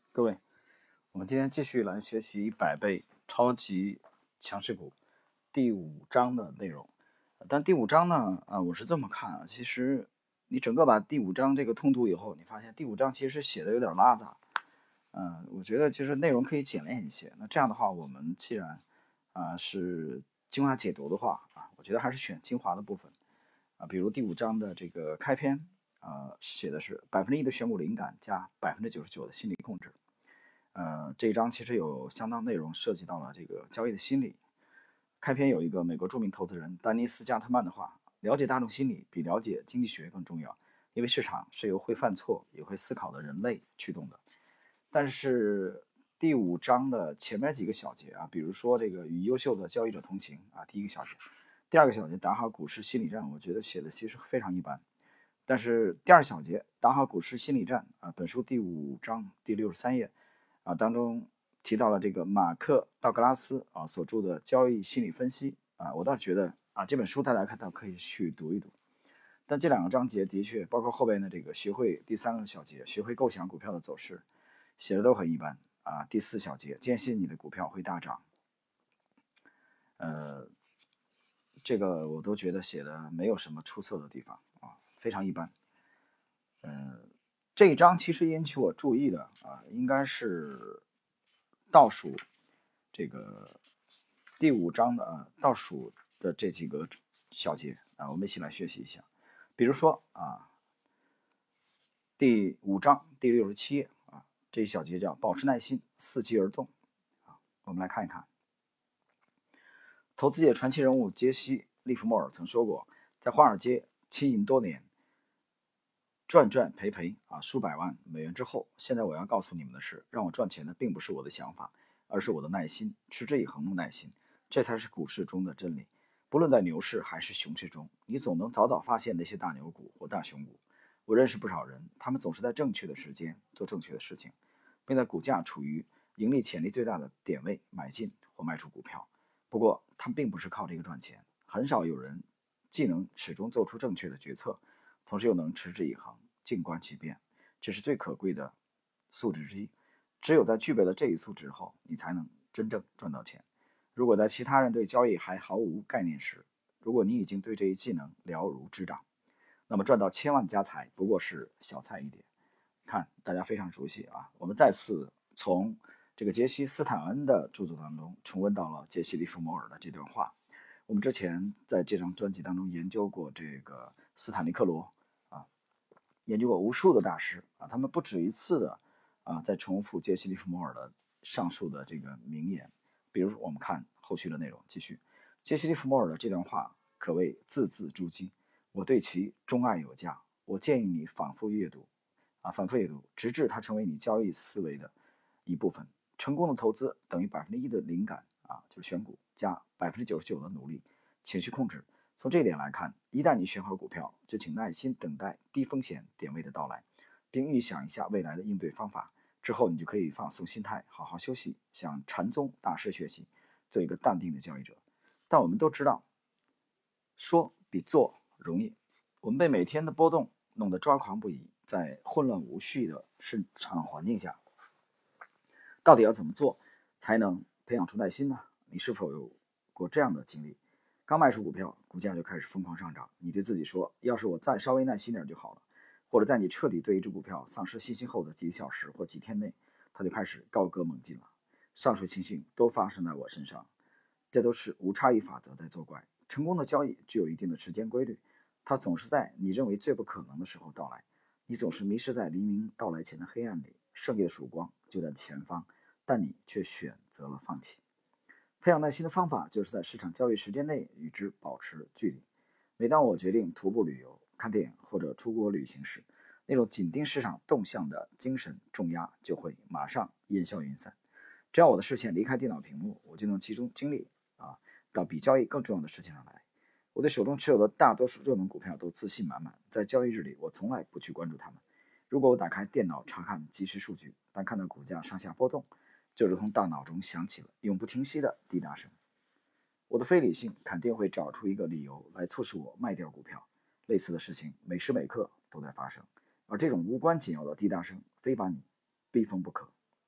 各位，我们今天继续来学习100倍超级强势股第5章的内容。但第5章呢，我是这么看啊，其实你整个把第5章这个通读以后，你发现第5章其实写的有点拉杂。我觉得其实内容可以简练一些。那这样的话，我们既然是精华解读的话我觉得还是选精华的部分比如第5章的这个开篇写的是1%的选股灵感加99%的心理控制。这一章其实有相当内容涉及到了这个交易的心理。开篇有一个美国著名投资人丹尼斯·加特曼的话：了解大众心理比了解经济学更重要，因为市场是由会犯错也会思考的人类驱动的。但是第5章的前面几个小节比如说这个与优秀的交易者同行第一个小节，第二个小节打好股市心理战，我觉得写的其实非常一般。但是第二小节打好股市心理战本书第5章第63页当中提到了这个马克·道格拉斯所著的交易心理分析我倒觉得这本书大家看到可以去读一读。但这2个章节的确包括后边的这个学会第3个小节学会构想股票的走势写的都很一般第4小节坚信你的股票会大涨，这个我都觉得写的没有什么出色的地方非常一般。这一章其实引起我注意的应该是倒数这个第5章的倒数的这几个小节我们一起来学习一下。比如说第5章第67页这一小节叫保持耐心，伺机而动我们来看一看。投资界传奇人物杰西·利弗莫尔曾说过，在华尔街经营多年，赚赚赔赔数百万美元之后，现在我要告诉你们的是，让我赚钱的并不是我的想法，而是我的耐心，持之以恒的耐心，这才是股市中的真理。不论在牛市还是熊市中，你总能早早发现那些大牛股或大熊股。我认识不少人，他们总是在正确的时间做正确的事情，并在股价处于盈利潜力最大的点位买进或卖出股票。不过，他们并不是靠这个赚钱，很少有人既能始终做出正确的决策，同时又能持之以恒，静观其变，这是最可贵的素质之一。只有在具备了这一素质后，你才能真正赚到钱。如果在其他人对交易还毫无概念时，如果你已经对这一技能了如指掌，那么赚到千万家财不过是小菜一碟。看，大家非常熟悉我们再次从这个杰西·斯坦恩的著作当中重温到了杰西·利弗莫尔的这段话。我们之前在这张专辑当中研究过这个斯坦利·克罗研究过无数的大师他们不止一次的在重复杰西·利弗莫尔的上述的这个名言。比如说我们看后续的内容，继续。杰西·利弗莫尔的这段话可谓字字珠玑，我对其钟爱有加。我建议你反复阅读，直至它成为你交易思维的一部分。成功的投资等于1%的灵感就是选股加99%的努力，情绪控制。从这一点来看，一旦你选好股票，就请耐心等待低风险点位的到来，并预想一下未来的应对方法。之后，你就可以放松心态，好好休息，向禅宗大师学习，做一个淡定的交易者。但我们都知道，说比做容易。我们被每天的波动弄得抓狂不已，在混乱无序的市场环境下，到底要怎么做才能培养出耐心呢？你是否有过这样的经历？刚卖出股票，股价就开始疯狂上涨，你对自己说，要是我再稍微耐心点就好了。或者在你彻底对一只股票丧失信心后的几个小时或几天内，它就开始高歌猛进了。上述情形都发生在我身上，这都是无差异法则在作怪。成功的交易具有一定的时间规律，它总是在你认为最不可能的时候到来。你总是迷失在黎明到来前的黑暗里，胜利的曙光就在前方，但你却选择了放弃。培养耐心的方法就是在市场交易时间内与之保持距离。每当我决定徒步旅游、看电影或者出国旅行时，那种紧盯市场动向的精神重压就会马上烟消云散。只要我的视线离开电脑屏幕，我就能集中精力到比交易更重要的事情上来。我对手中持有的大多数热门股票都自信满满，在交易日里我从来不去关注它们。如果我打开电脑查看即时数据，但看到股价上下波动，就如同大脑中响起了永不停息的滴答声。我的非理性肯定会找出一个理由来促使我卖掉股票。类似的事情每时每刻都在发生，而这种无关紧要的滴答声非把你逼疯不可。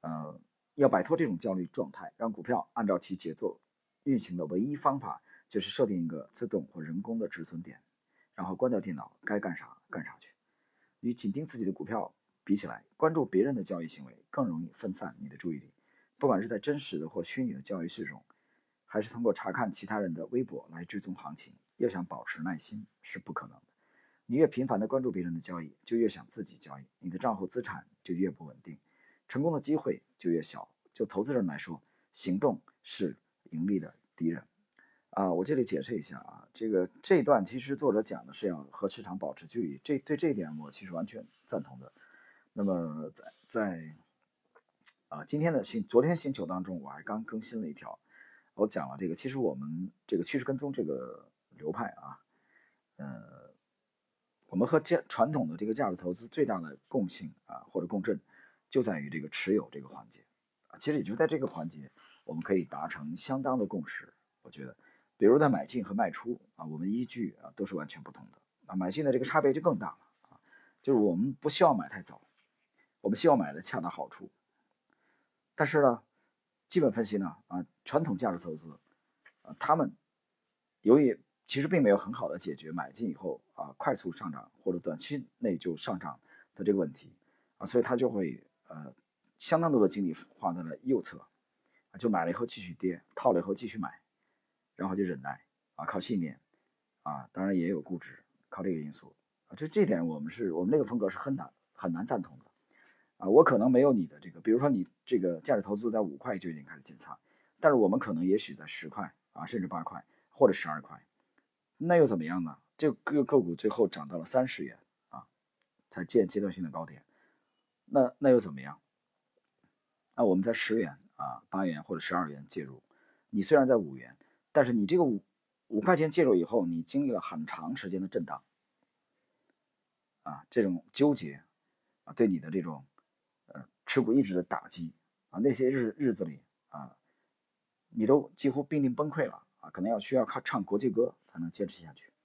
要摆脱这种焦虑状态，让股票按照其节奏运行的唯一方法就是设定一个自动或人工的止损点，然后关掉电脑，该干啥干啥去。与紧盯自己的股票比起来，关注别人的交易行为更容易分散你的注意力。不管是在真实的或虚拟的交易室中，还是通过查看其他人的微博来追踪行情，要想保持耐心是不可能的。你越频繁地关注别人的交易，就越想自己交易，你的账户资产就越不稳定，成功的机会就越小。就投资人来说，行动是盈利的敌人。我这里解释一下啊，这一段其实作者讲的是要和市场保持距离，对这一点我其实完全赞同的。那么在今天的昨天星球当中，我还刚更新了一条，我讲了这个，其实我们这个趋势跟踪这个流派啊，我们和传统的这个价值投资最大的共性或者共振，就在于这个持有这个环节其实也就在这个环节，我们可以达成相当的共识。我觉得，比如在买进和卖出我们依据都是完全不同的买进的这个差别就更大了就是我们不希望买太早，我们希望买的恰到好处。但是呢，基本分析呢传统价值投资他们由于其实并没有很好的解决买进以后快速上涨或者短期内就上涨的这个问题所以他就会相当多的精力花在了右侧就买了以后继续跌，套了以后继续买，然后就忍耐靠信念当然也有估值，靠这个因素这点我们这个风格是很难赞同的我可能没有你的这个，比如说你这个价值投资在5块就已经开始建仓，但是我们可能也许在10块甚至8块或者12块，那又怎么样呢？这个个股最后涨到了30元才见阶段性的高点，那又怎么样？我们在10元8元或者12元介入，你虽然在5元，但是你这个5块钱介入以后，你经历了很长时间的震荡这种纠结对你的这种持股意志的打击那些日子里你都几乎濒临崩溃了可能需要靠唱国际歌才能坚持下去。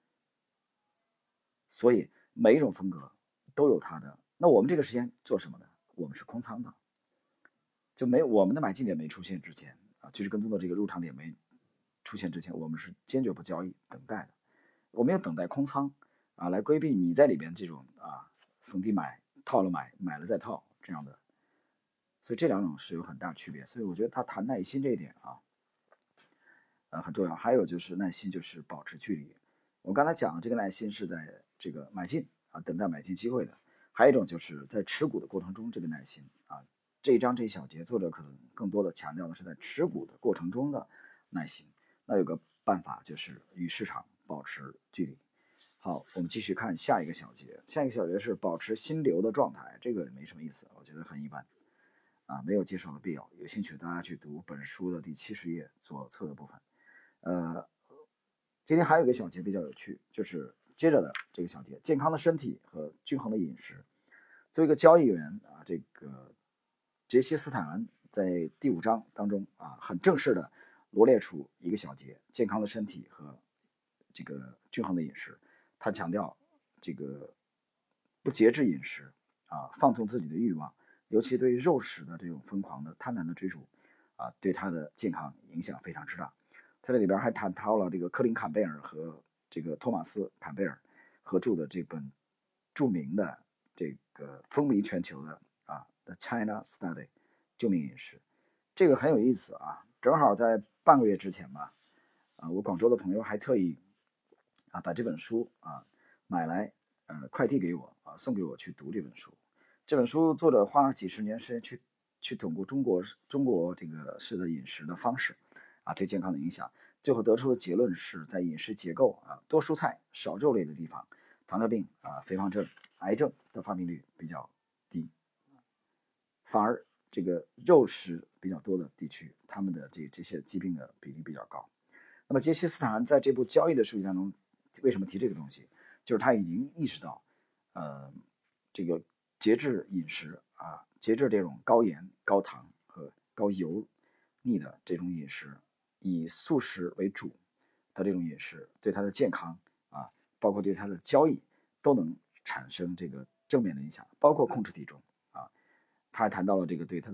所以每一种风格都有它的。那我们这个时间做什么呢？我们是空仓的，就我们的买进点没出现之前就是跟踪的这个入场点没出现之前，我们是坚决不交易，等待的。我们要等待空仓来规避你在里边这种逢低买套了买了再套这样的。所以这两种是有很大区别。所以我觉得他谈耐心这一点很重要。还有就是耐心，就是保持距离。我刚才讲的这个耐心是在这个买进等待买进机会的。还有一种就是在持股的过程中这个耐心这一章这一小节作者可能更多的强调的是在持股的过程中的耐心。那有个办法就是与市场保持距离。好，我们继续看下一个小节。下一个小节是保持心流的状态，这个没什么意思，我觉得很一般没有介绍的必要。有兴趣大家去读本书的第70页左侧的部分。今天还有一个小节比较有趣，就是接着的这个小节，健康的身体和均衡的饮食。作为一个交易员这个杰西·斯坦恩在第5章当中很正式的罗列出一个小节，健康的身体和这个均衡的饮食。他强调这个不节制饮食放纵自己的欲望，尤其对肉食的这种疯狂的贪婪的追逐对他的健康影响非常之大。他这里边还谈到了这个科林·坎贝尔和这个托马斯·坎贝尔合著的这本著名的这个风靡全球的The China Study 救命饮食。这个很有意思正好在半个月之前吧我广州的朋友还特意把这本书买来快递给我送给我去读这本书。这本书作者花了几十年时间去统过中国这个式的饮食的方式对健康的影响，最后得出的结论是在饮食结构多蔬菜少肉类的地方，糖尿病肥胖症癌症的发病率比较低，反而这个肉食比较多的地区，他们的这些疾病的比例比较高。那么杰西·斯坦恩在这部交易的书籍当中为什么提这个东西，就是他已经意识到这个节制饮食节制这种高盐高糖和高油腻的这种饮食，以素食为主的这种饮食对他的健康包括对他的交易都能产生这个正面的影响，包括控制体重他还谈到了这个对他的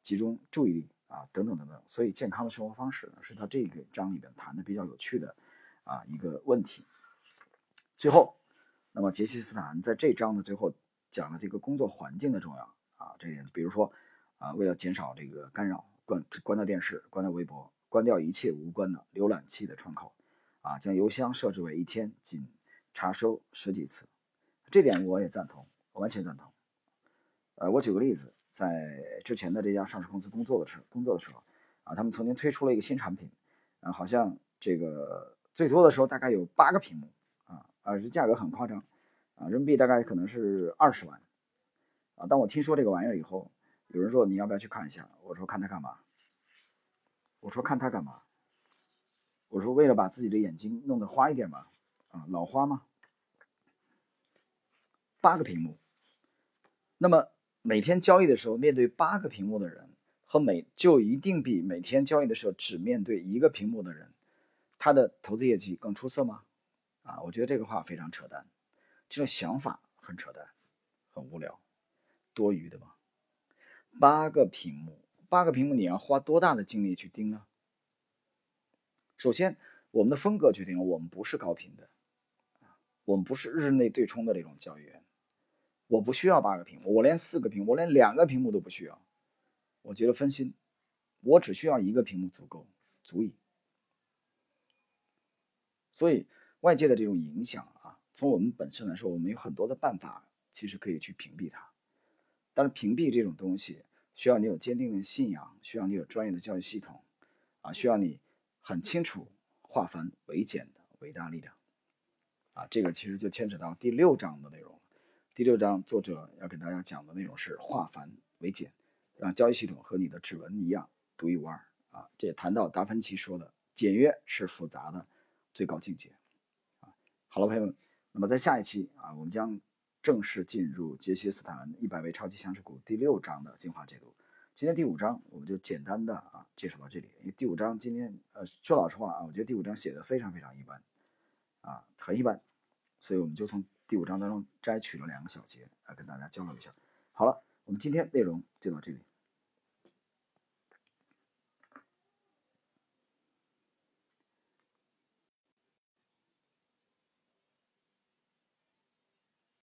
集中注意力啊等等等等。所以健康的生活方式是他这个章里边谈的比较有趣的一个问题。最后，那么杰西斯坦在这章的最后讲了这个工作环境的重要这点，比如说为了减少这个干扰，关掉电视，关掉微博，关掉一切无关的浏览器的窗口将邮箱设置为一天仅查收10几次，这点我也赞同，我完全赞同。我举个例子，在之前的这家上市公司工作的时候他们曾经推出了一个新产品好像这个最多的时候大概有8个屏幕这价格很夸张人民币大概可能是20万当我听说这个玩意儿以后，有人说你要不要去看一下？我说看它干嘛？我说看它干嘛？我说为了把自己的眼睛弄得花一点嘛老花吗？8个屏幕，那么每天交易的时候面对8个屏幕的人就一定比每天交易的时候只面对1个屏幕的人，他的投资业绩更出色吗？我觉得这个话非常扯淡，这种想法很扯淡，很无聊，多余的嘛。8个屏幕你要花多大的精力去盯呢？首先，我们的风格决定了我们不是高频的，我们不是日内对冲的这种交易员。我不需要8个屏幕，我连4个屏幕，我连2个屏幕都不需要。我觉得分心，我只需要1个屏幕足矣。所以外界的这种影响从我们本身来说，我们有很多的办法，其实可以去屏蔽它。但是屏蔽这种东西，需要你有坚定的信仰，需要你有专业的教育系统需要你很清楚化繁为简的伟大力量这个其实就牵扯到第6章的内容。第6章作者要给大家讲的内容是化繁为简，让交易系统和你的指纹一样独一无二这也谈到达芬奇说的简约是复杂的最高境界好了，朋友们，那么在下一期我们将正式进入杰西斯坦100位超级强势股第6章的精华解读。今天第5章我们就简单的介绍到这里。因为第5章今天说老实话我觉得第5章写的非常非常一般很一般，所以我们就从第5章当中摘取了2个小节跟大家交流一下。好了，我们今天内容就到这里。